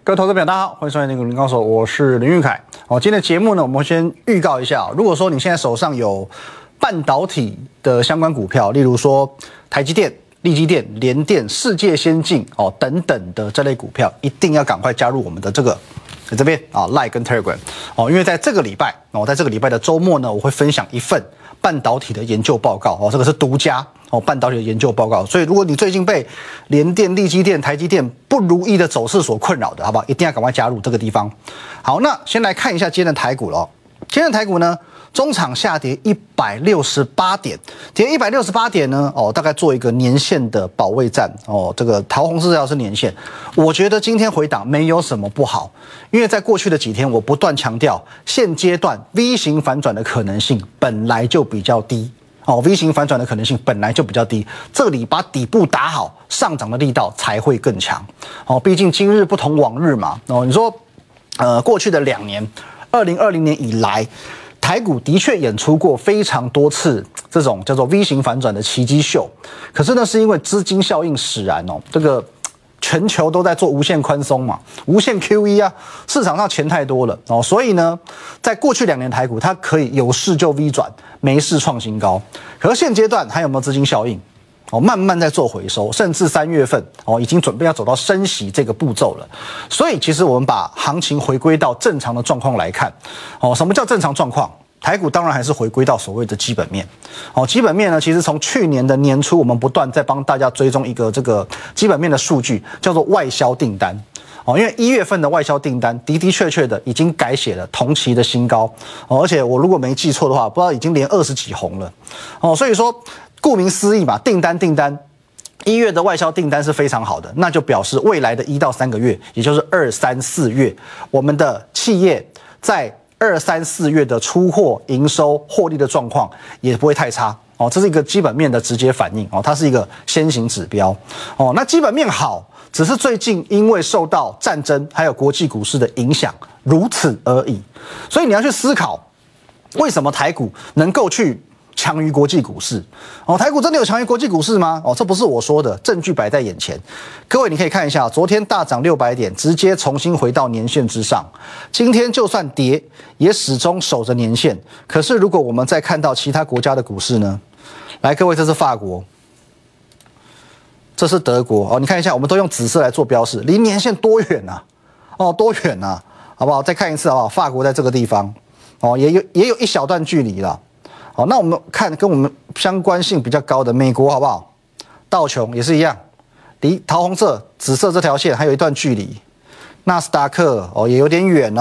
各位投资朋友，大家好，欢迎收看《那个零高手》，我是林玉凯。今天的节目呢，我们先预告一下，如果说你现在手上有半导体的相关股票，例如说台积电、力积电、联电、世界先进等等的这类股票，一定要赶快加入我们的这个这边Line 跟 Telegram 因为在这个礼拜的周末呢，我会分享一份半导体的研究报告这个是独家半导体的研究报告。所以如果你最近被联电、力积电、台积电不如意的走势所困扰的，好不好？一定要赶快加入这个地方。好，那先来看一下今天的台股咯。今天的台股呢，中场下跌168点，跌168点呢，大概做一个年线的保卫战这个桃红色这条是年线。我觉得今天回档没有什么不好，因为在过去的几天我不断强调，现阶段 V 型反转的可能性本来就比较低。V 型反转的可能性本来就比较低，这里把底部打好，上涨的力道才会更强。毕竟今日不同往日嘛。你说，过去的2年，2020年以来，台股的确演出过非常多次这种叫做 V 型反转的奇迹秀。可是呢，是因为资金效应使然这个全球都在做无限宽松嘛，无限 QE 市场上钱太多了所以呢，在过去2年台股它可以有事就 V 转，没事创新高。可是现阶段还有没有资金效应慢慢在做回收，甚至3月份已经准备要走到升息这个步骤了。所以其实我们把行情回归到正常的状况来看什么叫正常状况？台股当然还是回归到所谓的基本面基本面呢，其实从去年的年初，我们不断在帮大家追踪一个这个基本面的数据，叫做外销订单因为1月份的外销订单的确的已经改写了同期的新高而且我如果没记错的话，不知道已经连20几红了所以说顾名思义嘛，订单1月的外销订单是非常好的，那就表示未来的1到3个月，也就是2、3、4月，我们的企业在2、3、4月的出货、营收、获利的状况也不会太差这是一个基本面的直接反应它是一个先行指标那基本面好，只是最近因为受到战争还有国际股市的影响，如此而已。所以你要去思考，为什么台股能够去强于国际股市台股真的有强于国际股市吗？这不是我说的，证据摆在眼前。各位你可以看一下，昨天大涨600点，直接重新回到年线之上。今天就算跌，也始终守着年线。可是如果我们再看到其他国家的股市呢？来，各位，这是法国，这是德国你看一下，我们都用紫色来做标示，离年线多远啊？多远啊？好不好？再看一次好不好？法国在这个地方也有一小段距离了。那我们看跟我们相关性比较高的美国好不好？道琼也是一样，离桃红色、紫色这条线还有一段距离。纳斯达克也有点远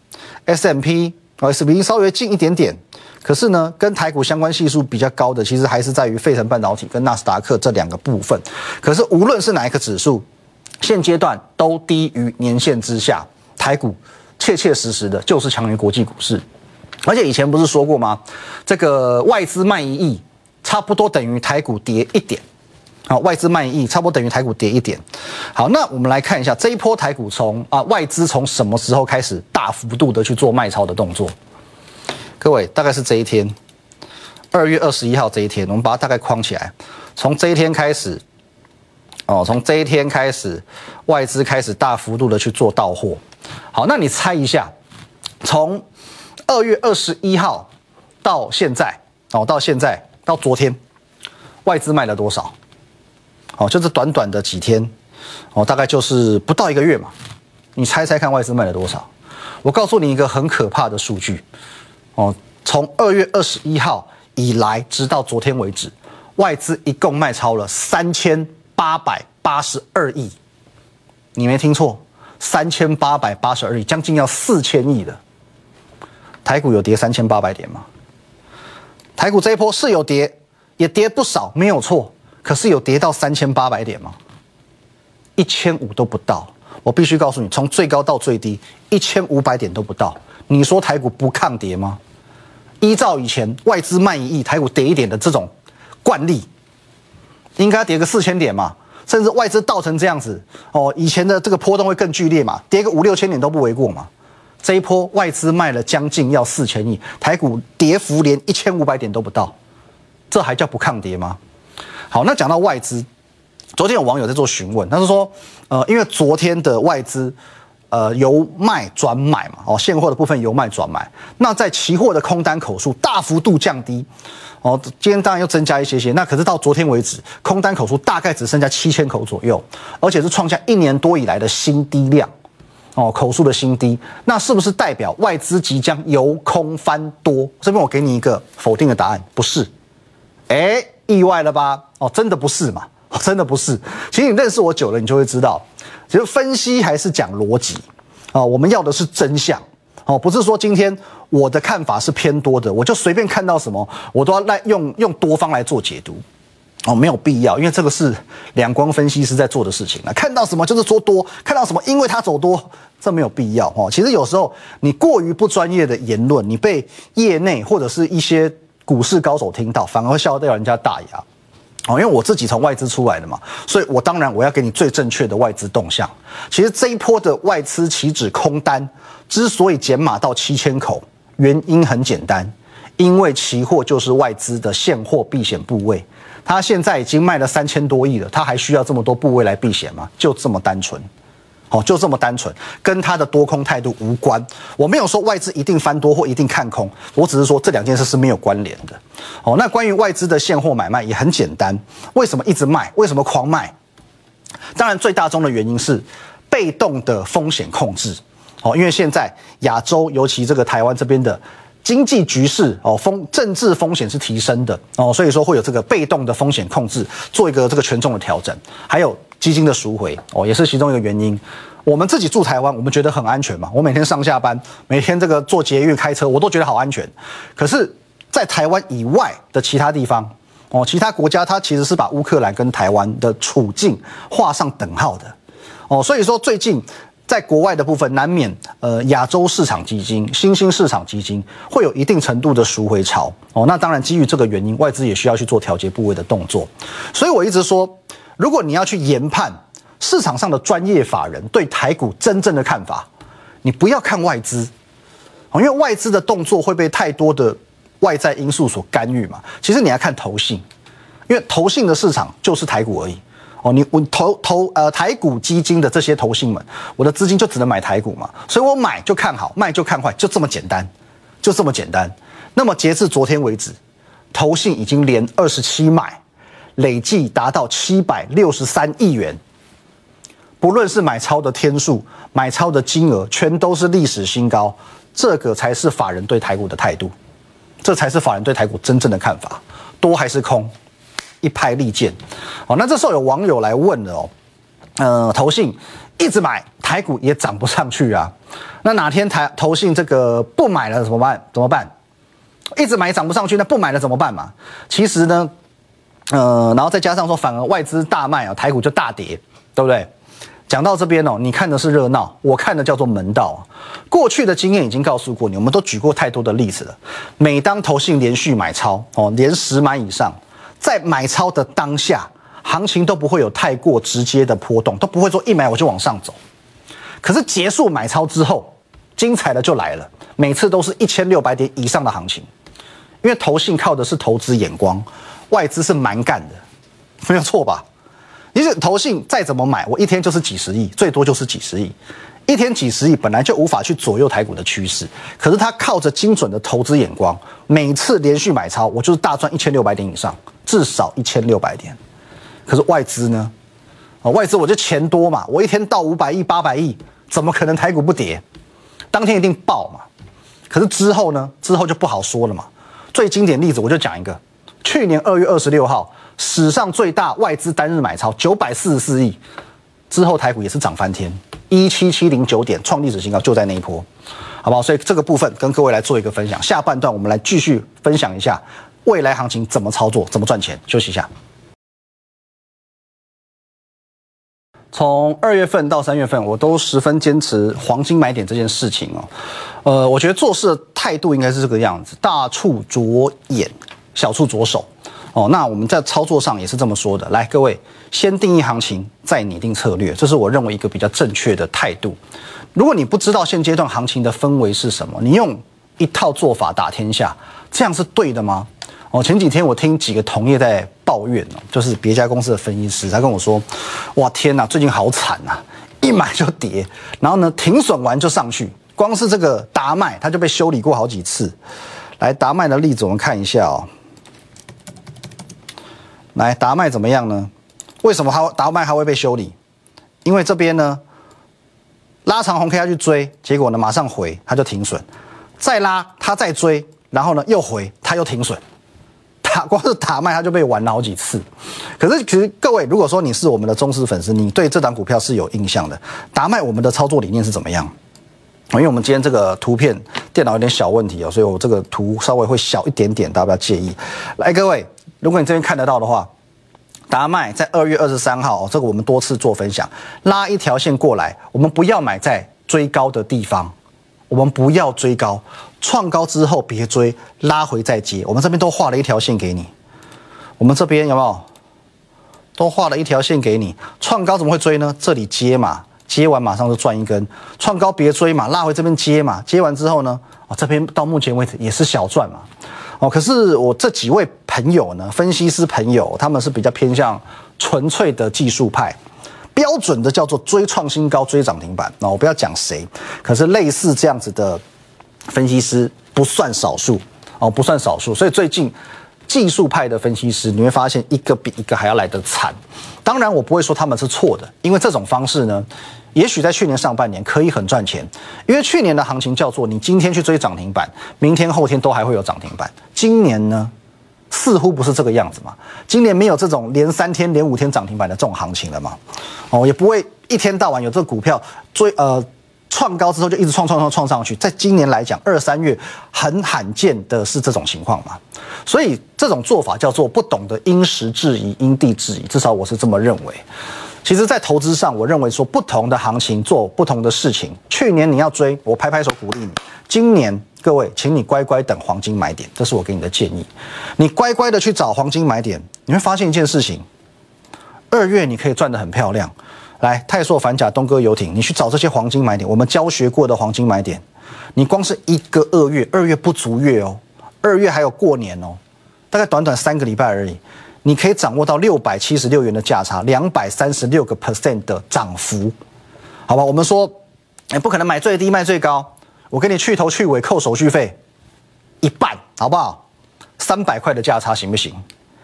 S&P 稍微近一点点，可是呢，跟台股相关系数比较高的，其实还是在于费城半导体跟纳斯达克这2个部分。可是无论是哪一个指数，现阶段都低于年线之下，台股切实的就是强于国际股市。而且以前不是说过吗？这个外资卖1亿，差不多等于台股跌1点。外资卖1亿，差不多等于台股跌1点。好，那我们来看一下这一波台股外资从什么时候开始大幅度的去做卖超的动作？各位，大概是这一天，2月21号这一天，我们把它大概框起来。从这一天开始，外资开始大幅度的去做到货。好，那你猜一下，从2月21号到现在，到昨天，外资卖了多少？就是短短的几天，大概就是不到1个月嘛。你猜猜看，外资卖了多少？我告诉你一个很可怕的数据，从2月21号以来，直到昨天为止，外资一共卖超了3882亿。你没听错，3882亿，将近要4000亿的。台股有跌3800点吗？台股这一波是有跌，也跌不少，没有错。可是有跌到3800点吗？1500都不到。我必须告诉你，从最高到最低1500点都不到。你说台股不抗跌吗？依照以前外资卖1亿，台股跌1点的这种惯例，应该跌个4000点嘛，甚至外资倒成这样子以前的这个波动会更剧烈嘛，跌个5、6千点都不为过嘛。这一波外资卖了将近要4000亿，台股跌幅连1500点都不到，这还叫不抗跌吗？好，那讲到外资，昨天有网友在做询问，他是说，因为昨天的外资由卖转买嘛，哦，现货的部分由卖转买，那在期货的空单口数大幅度降低，哦，今天当然又增加一些，那可是到昨天为止，空单口数大概只剩下7000口左右，而且是创下1年多以来的新低量，哦，口数的新低，那是不是代表外资即将由空翻多？这边我给你一个否定的答案，不是，意外了吧？哦，真的不是嘛？真的不是。其实你认识我久了，你就会知道，其实分析还是讲逻辑啊。我们要的是真相哦，不是说今天我的看法是偏多的，我就随便看到什么，我都要来用多方来做解读哦，没有必要，因为这个是两光分析师在做的事情啊。看到什么就是说多，看到什么因为它走多，这没有必要哦。其实有时候你过于不专业的言论，你被业内或者是一些股市高手听到，反而会笑掉人家大牙。哦，因为我自己从外资出来的嘛，所以我当然我要给你最正确的外资动向。其实这一波的外资期指空单之所以减码到7000口，原因很简单，因为期货就是外资的现货避险部位，它现在已经卖了3000多亿了，它还需要这么多部位来避险吗？就这么单纯。哦，就这么单纯，跟他的多空态度无关。我没有说外资一定翻多或一定看空，我只是说这两件事是没有关联的。哦，那关于外资的现货买卖也很简单，为什么一直卖？为什么狂卖？当然最大宗的原因是被动的风险控制。哦，因为现在亚洲，尤其这个台湾这边的经济局势哦，政治风险是提升的哦，所以说会有这个被动的风险控制，做一个这个权重的调整，还有基金的赎回哦，也是其中一个原因。我们自己住台湾，我们觉得很安全嘛，我每天上下班，每天这个坐捷运开车，我都觉得好安全。可是，在台湾以外的其他地方哦，其他国家它其实是把乌克兰跟台湾的处境画上等号的哦，所以说最近在国外的部分，难免亚洲市场基金、新兴市场基金会有一定程度的赎回潮哦。那当然，基于这个原因，外资也需要去做调节部位的动作。所以我一直说，如果你要去研判市场上的专业法人对台股真正的看法，你不要看外资哦，因为外资的动作会被太多的外在因素所干预嘛。其实你要看投信，因为投信的市场就是台股而已。哦，台股基金的这些投信们，我的资金就只能买台股嘛，所以我买就看好，卖就看坏，就这么简单，就这么简单。那么截至昨天为止，投信已经连27买，累计达到763亿元。不论是买超的天数、买超的金额，全都是历史新高。这个才是法人对台股的态度，这才是法人对台股真正的看法，多还是空？一拍利剑，哦，那这时候有网友来问了哦，投信一直买台股也涨不上去啊，那哪天投信这个不买了怎么办？怎么办？一直买也涨不上去，那不买了怎么办嘛？其实呢，然后再加上说反而外资大卖啊，台股就大跌，对不对？讲到这边哦，你看的是热闹，我看的叫做门道。过去的经验已经告诉过你，我们都举过太多的例子了。每当投信连续买超哦，连10买以上。在买超的当下，行情都不会有太过直接的波动，都不会说一买我就往上走。可是结束买超之后，精彩的就来了，每次都是1600点以上的行情。因为投信靠的是投资眼光，外资是蛮干的，没有错吧？你是投信再怎么买，我一天就是几十亿，最多就是几十亿。一天几十亿本来就无法去左右台股的趋势，可是他靠着精准的投资眼光，每次连续买超，我就是大赚1600点以上，至少1600点。可是外资呢？外资我就钱多嘛，我一天到500亿、800亿，怎么可能台股不跌？当天一定爆嘛。可是之后呢？之后就不好说了嘛。最经典例子我就讲一个，去年2月26号，史上最大外资单日买超944亿，之后台股也是涨翻天。17709点创历史新高，就在那一波，好不好？所以这个部分跟各位来做一个分享。下半段我们来继续分享一下未来行情怎么操作，怎么赚钱。休息一下。从2月份到3月份，我都十分坚持黄金买点这件事情哦。我觉得做事的态度应该是这个样子：大处着眼，小处着手。哦，那我们在操作上也是这么说的。来，各位，先定义行情，再拟定策略，这是我认为一个比较正确的态度。如果你不知道现阶段行情的氛围是什么，你用一套做法打天下，这样是对的吗？哦，前几天我听几个同业在抱怨哦，就是别家公司的分析师，他跟我说：“哇，天哪，最近好惨啊！ 一买就跌，然后呢停损完就上去。光是这个达麦，它就被修理过好几次。来，达麦的例子我们看一下哦。来，达麦怎么样呢？为什么达麦还会被修理？因为这边呢拉长红 K 要去追，结果呢马上回，它就停损，再拉它再追，然后呢又回，它又停损。光是达麦它就被玩了好几次。可是其实各位，如果说你是我们的忠实粉丝，你对这档股票是有印象的。达麦我们的操作理念是怎么样？因为我们今天这个图片电脑有点小问题哦，所以我这个图稍微会小一点点，大家不要介意。来，各位，如果你这边看得到的话，达麦在2月23号，这个我们多次做分享，拉一条线过来，我们不要买在追高的地方，我们不要追高，创高之后别追，拉回再接。我们这边都画了一条线给你，我们这边有没有都画了一条线给你？创高怎么会追呢？这里接嘛。接完马上就赚一根，创高别追嘛，拉回这边接嘛，接完之后呢，这边到目前为止也是小赚嘛，可是我这几位朋友呢，分析师朋友，他们是比较偏向纯粹的技术派，标准的叫做追创新高、追涨停板。我不要讲谁，可是类似这样子的分析师不算少数不算少数，所以最近技术派的分析师，你会发现一个比一个还要来得惨。当然，我不会说他们是错的，因为这种方式呢，也许在去年上半年可以很赚钱，因为去年的行情叫做你今天去追涨停板，明天后天都还会有涨停板。今年呢，似乎不是这个样子嘛。今年没有这种连3天、连5天涨停板的这种行情了嘛。也不会一天到晚有这个股票创高之后就一直创上去。在今年来讲，2、3月很罕见的是这种情况嘛。所以这种做法叫做不懂得因时制宜、因地制宜，至少我是这么认为。其实，在投资上，我认为说不同的行情做不同的事情。去年你要追，我拍拍手鼓励你；今年各位，请你乖乖等黄金买点，这是我给你的建议。你乖乖的去找黄金买点，你会发现一件事情：2月你可以赚得很漂亮。来，泰硕、反甲、东哥游艇，你去找这些黄金买点，我们教学过的黄金买点，你光是一个2月不足月哦，2月还有过年哦，大概短短3个礼拜而已，你可以掌握到676元的价差，236% 的涨幅，好吧？我们说，不可能买最低卖最高，我给你去头去尾扣手续费一半，好不好？300块的价差行不行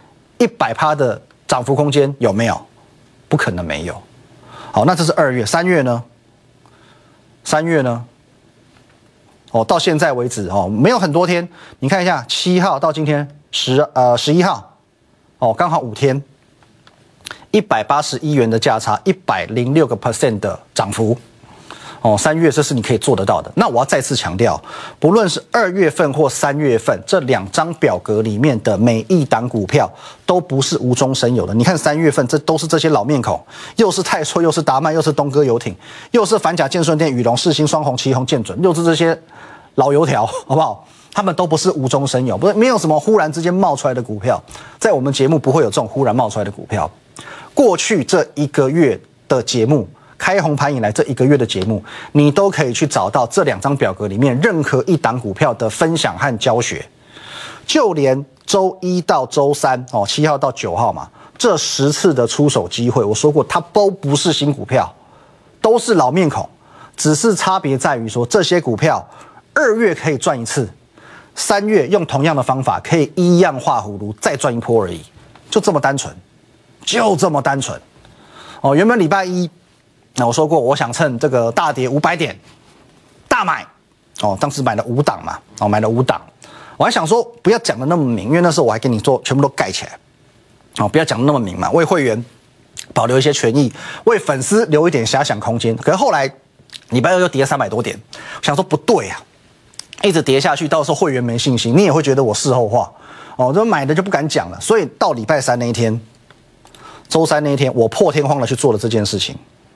？100%的涨幅空间有没有？不可能没有。好，那这是2月，3月呢？3月呢？到现在为止没有很多天。你看一下，7号到今天11号，刚好5天，181元的价差，106% 的涨幅。3月这是你可以做得到的。那我要再次强调，不论是2月份或3月份，这2张表格里面的每一档股票都不是无中生有的。你看3月份，这都是这些老面孔，又是泰硕，又是达曼，又是东哥游艇，又是反甲、建顺电、宇龙、世新、双红、奇宏、建准，又是这些老油条，好不好？他们都不是无中生有，不是没有什么忽然之间冒出来的股票，在我们节目不会有这种忽然冒出来的股票。过去这1个月的节目。开红盘以来这1个月的节目，你都可以去找到这2张表格里面任何一档股票的分享和教学，就连周1到周37号到9号嘛，这10次的出手机会，我说过它都不是新股票，都是老面孔，只是差别在于说这些股票2月可以赚1次，3月用同样的方法可以一样画葫芦再赚1波而已，就这么单纯，就这么单纯。原本礼拜一。那我说过，我想趁这个大跌500点大买，当时买了5档嘛，买了5档，我还想说不要讲的那么明，因为那时候我还给你做全部都盖起来，不要讲的那么明嘛，为会员保留一些权益，为粉丝留一点遐想空间。可是后来礼拜二又跌300多点，我想说不对啊，一直跌下去，到时候会员没信心，你也会觉得我事后话，这买的就不敢讲了。所以到礼拜3那一天，周3那一天，我破天荒的去做了这件事情。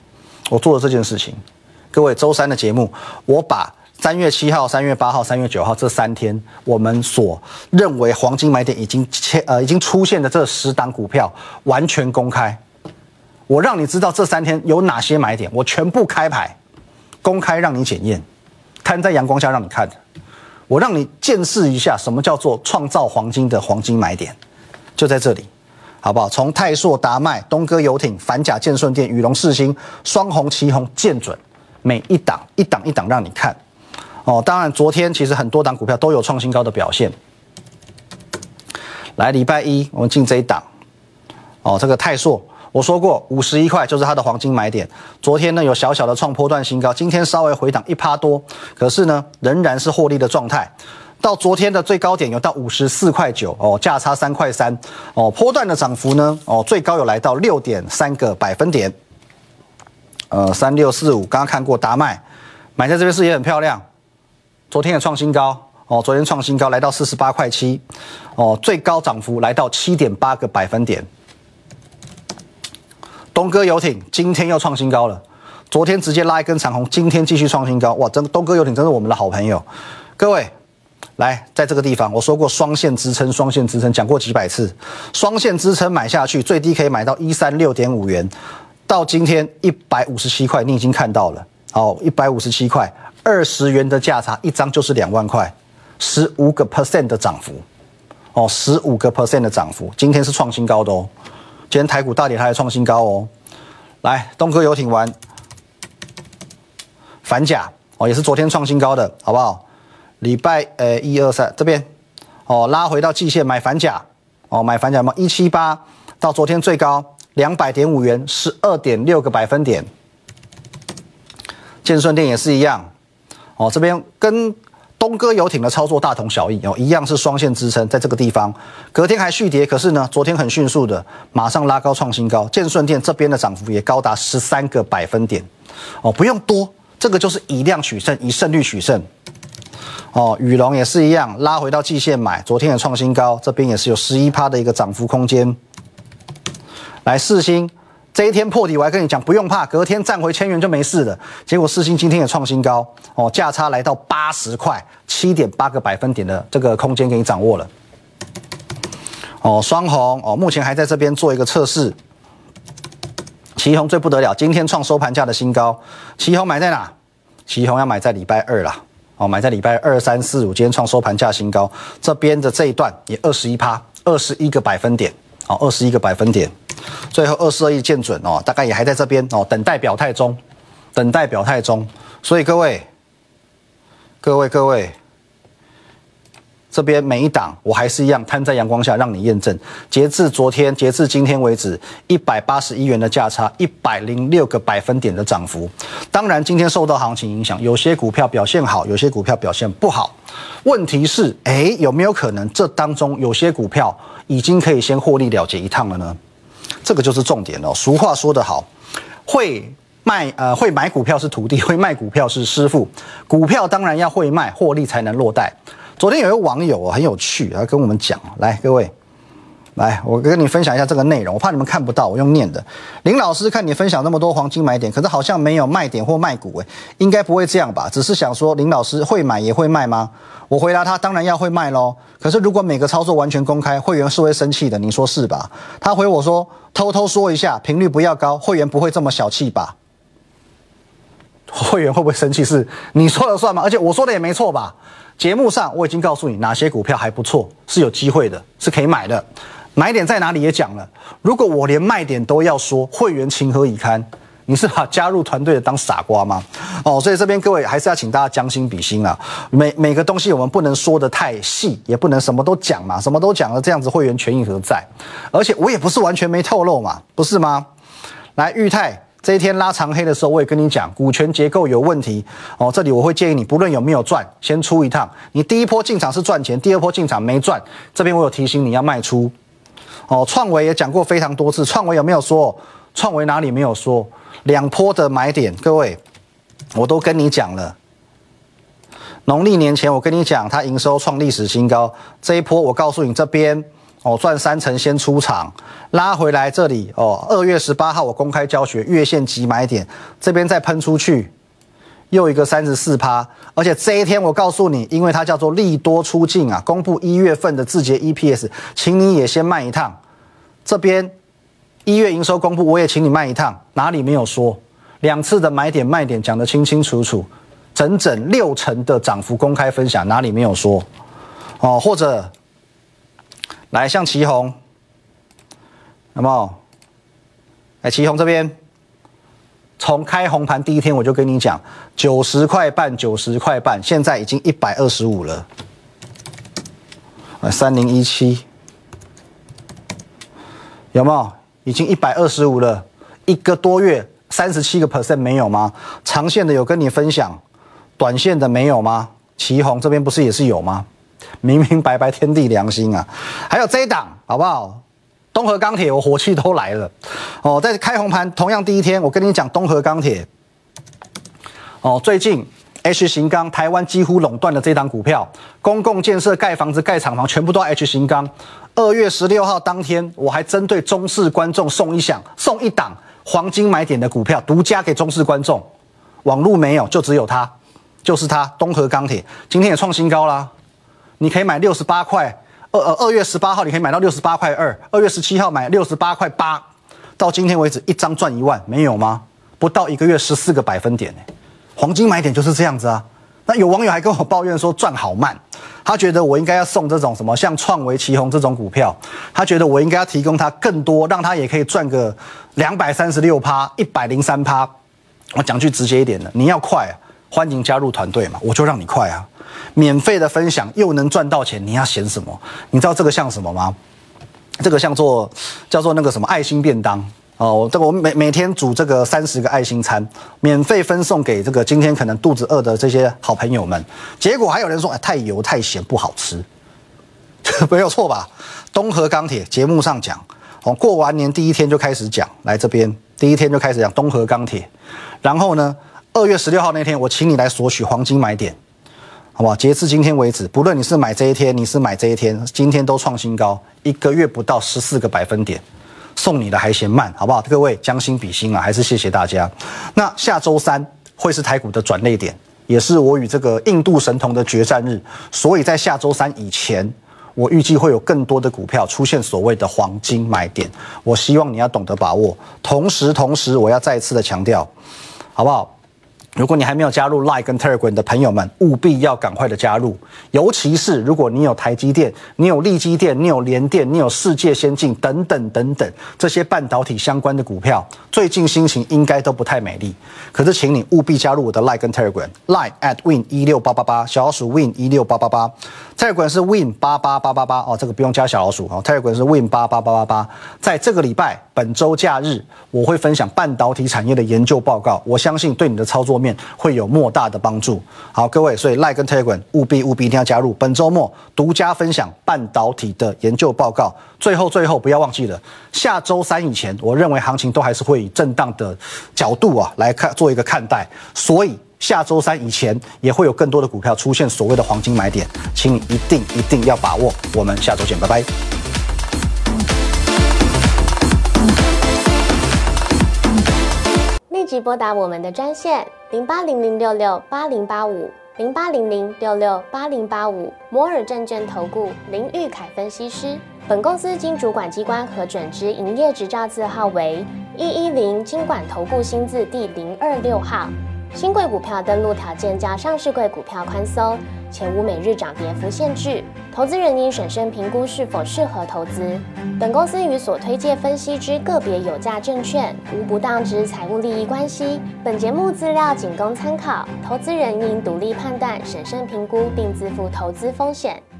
各位，周3的节目，我把3月7号、3月8号、3月9号这3天，我们所认为黄金买点已经出现的这10档股票完全公开。我让你知道这3天有哪些买点，我全部开牌，公开让你检验，摊在阳光下让你看。我让你见识一下什么叫做创造黄金的黄金买点，就在这里。 好不好？从泰硕、达麦、东哥游艇、反甲、建顺电、宇龙、世星、双红、旗红见准，每一档一档一档让你看。哦，当然昨天其实很多档股票都有创新高的表现。来，礼拜一我们进这一档。哦，这个泰硕。我说过51块就是它的黄金买点，昨天呢有小小的创波段新高，今天稍微回档1%多，可是呢仍然是获利的状态。到昨天的最高点有到54.9块哦，价差3.3块哦，波段的涨幅呢最高有来到6.3个百分点。3645刚刚看过达麦，买在这边是也很漂亮，昨天也创新高哦，昨天创新高来到48.7块哦，最高涨幅来到7.8个百分点。东哥游艇今天又创新高了，昨天直接拉一根长红，今天继续创新高，哇！东哥游艇真是我们的好朋友。各位，来，在这个地方我说过双线支撑，双线支撑讲过几百次，双线支撑买下去，最低可以买到136.5元，到今天157块，你已经看到了，哦，157块，20元的价差，一张就是2万块，15% 的涨幅，哦，15% 的涨幅，今天是创新高的哦。今天台股大跌，它还创新高哦。来，东哥游艇玩反甲哦，也是昨天创新高的，好不好？礼拜1、2、3这边哦，拉回到季线买反甲哦，买反甲嘛178到昨天最高200.5元，12.6个百分点。建顺电也是一样哦，这边跟东哥游艇的操作大同小异哦，一样是双线支撑，在这个地方，隔天还续跌，可是呢，昨天很迅速的马上拉高创新高。建顺电这边的涨幅也高达13个百分点哦，不用多，这个就是以量取胜，以胜率取胜哦。宇龙也是一样，拉回到季线买，昨天也创新高，这边也是有11%的一个涨幅空间。来，世星。这一天破底，我还跟你讲不用怕，隔天站回1000元就没事了。结果世星今天也创新高哦，价差来到80块，7.8个百分点的这个空间给你掌握了。哦，双红哦，目前还在这边做一个测试。旗红最不得了，今天创收盘价的新高。旗红买在哪？旗红要买在礼拜二啦。哦，买在礼拜2、3、4、5，今天创收盘价新高。这边的这一段也21%，21个百分点。哦，21个百分点。最后22亿见准哦，大概也还在这边哦，等待表态中，等待表态中。所以各位，这边每一档我还是一样摊在阳光下让你验证。截至昨天，截至今天为止，181元的价差，106个百分点的涨幅。当然，今天受到行情影响，有些股票表现好，有些股票表现不好。问题是，有没有可能这当中有些股票已经可以先获利了结一趟了呢？这个就是重点哦。俗话说得好，会买股票是徒弟，会卖股票是师傅。股票当然要会卖，获利才能落袋。昨天有一位网友很有趣，他跟我们讲，来各位，来我跟你分享一下这个内容，我怕你们看不到，我用念的。林老师看你分享那么多黄金买点，可是好像没有卖点或卖股，应该不会这样吧？只是想说林老师会买也会卖吗？我回答他，当然要会卖咯。可是如果每个操作完全公开，会员是会生气的，你说是吧？他回我说，偷偷说一下，频率不要高，会员不会这么小气吧？会员会不会生气是你说了算吗？而且我说的也没错吧？节目上我已经告诉你哪些股票还不错，是有机会的，是可以买的。买点在哪里也讲了。如果我连卖点都要说，会员情何以堪？你是把加入团队的当傻瓜吗？哦，所以这边各位还是要请大家将心比心啊。每个东西我们不能说得太细，也不能什么都讲嘛，什么都讲了，这样子会员权益何在？而且我也不是完全没透露嘛，不是吗？来，裕泰这一天拉长黑的时候，我也跟你讲，股权结构有问题哦。这里我会建议你，不论有没有赚，先出一趟。你第一波进场是赚钱，第二波进场没赚，这边我有提醒你要卖出。哦，创维也讲过非常多次，创维有没有说？创维哪里没有说？2波的买点，各位，我都跟你讲了。农历年前我跟你讲，它营收创历史新高，这一波我告诉你这边哦赚3成先出场，拉回来这里哦，2月18号我公开教学月线级买点，这边再喷出去，又一个34%，而且这一天我告诉你，因为它叫做利多出尽啊，公布1月份的自节 EPS， 请你也先卖一趟，这边。1月营收公布，我也请你卖一趟，哪里没有说？2次的买点卖点讲得清清楚楚，整整6成的涨幅公开分享，哪里没有说？哦，或者来像旗宏有没有？哎，奇鋐这边从开红盘第一天我就跟你讲，90块半，90块半，现在已经125了。3017有没有？已经125了，1个多月37%没有吗？长线的有跟你分享，短线的没有吗？奇鋐这边不是也是有吗？明明白白天地良心啊！还有这一档好不好？东河钢铁，我火气都来了哦！在开红盘同样第一天，我跟你讲东河钢铁哦，最近 H 型钢台湾几乎垄断了这档股票，公共建设、盖房子、盖厂房，全部都要 H 型钢。2月16号当天，我还针对中视观众送一档黄金买点的股票，独家给中视观众，网路没有，就只有它，就是它东河钢铁，今天也创新高啦，你可以买68块。2月18号你可以买到68块2，2月17号买68块8，到今天为止一张赚1万，没有吗？不到1个月14个百分点黄金买点就是这样子啊。那有网友还跟我抱怨说赚好慢，他觉得我应该要送这种什么像创维、奇鋐这种股票，他觉得我应该要提供他更多，让他也可以赚个236%、103%。我讲句直接一点的，你要快啊，欢迎加入团队嘛，我就让你快啊。免费的分享又能赚到钱，你要嫌什么？你知道这个像什么吗？这个叫做那个什么爱心便当哦。这个我每天煮这个30个爱心餐，免费分送给这个今天可能肚子饿的这些好朋友们。结果还有人说，太油太咸不好吃，没有错吧？东河钢铁节目上讲，哦，过完年第一天就开始讲，来这边第一天就开始讲东河钢铁，然后呢，2月16号那天我请你来索取黄金买点。好不好？截至今天为止，不论你是买这一天，你是买这一天，今天都创新高，1个月不到14个百分点，送你的还嫌慢，好不好？各位将心比心啊，还是谢谢大家。那下周3会是台股的转捩点，也是我与这个印度神童的决战日，所以在下周3以前，我预计会有更多的股票出现所谓的黄金买点，我希望你要懂得把握。同时，我要再一次的强调，好不好？如果你还没有加入 Line 跟 Telegram 的朋友们，务必要赶快的加入。尤其是如果你有台积电、你有力积电、你有联电、你有世界先进等等这些半导体相关的股票，最近心情应该都不太美丽。可是，请你务必加入我的 Line 跟 Telegram。Line @win16888，小老鼠 win16888，Telegram 是 win88888哦，这个不用加小老鼠哦。Telegram 是 win88888。在这个礼拜本周假日，我会分享半导体产业的研究报告，我相信对你的操作面会有莫大的帮助。好，各位，所以 Line 跟 Telegram 务必一定要加入。本周末独家分享半导体的研究报告。最后不要忘记了，下周3以前，我认为行情都还是会以震荡的角度来做一个看待，所以下周3以前也会有更多的股票出现所谓的黄金买点，请你一定要把握。我们下周见，拜拜。 立即拨打我们的专线08006680850800668085摩尔证券投顾林玉凯分析师。本公司经主管机关核准之营业执照字号为110金管投顾新字第026号。新贵股票登录条件较上市贵股票宽松，且无每日涨跌幅限制。投资人应审慎评估是否适合投资。本公司与所推介分析之个别有价证券无不当之财务利益关系。本节目资料仅供参考，投资人应独立判断、审慎评估并自负投资风险。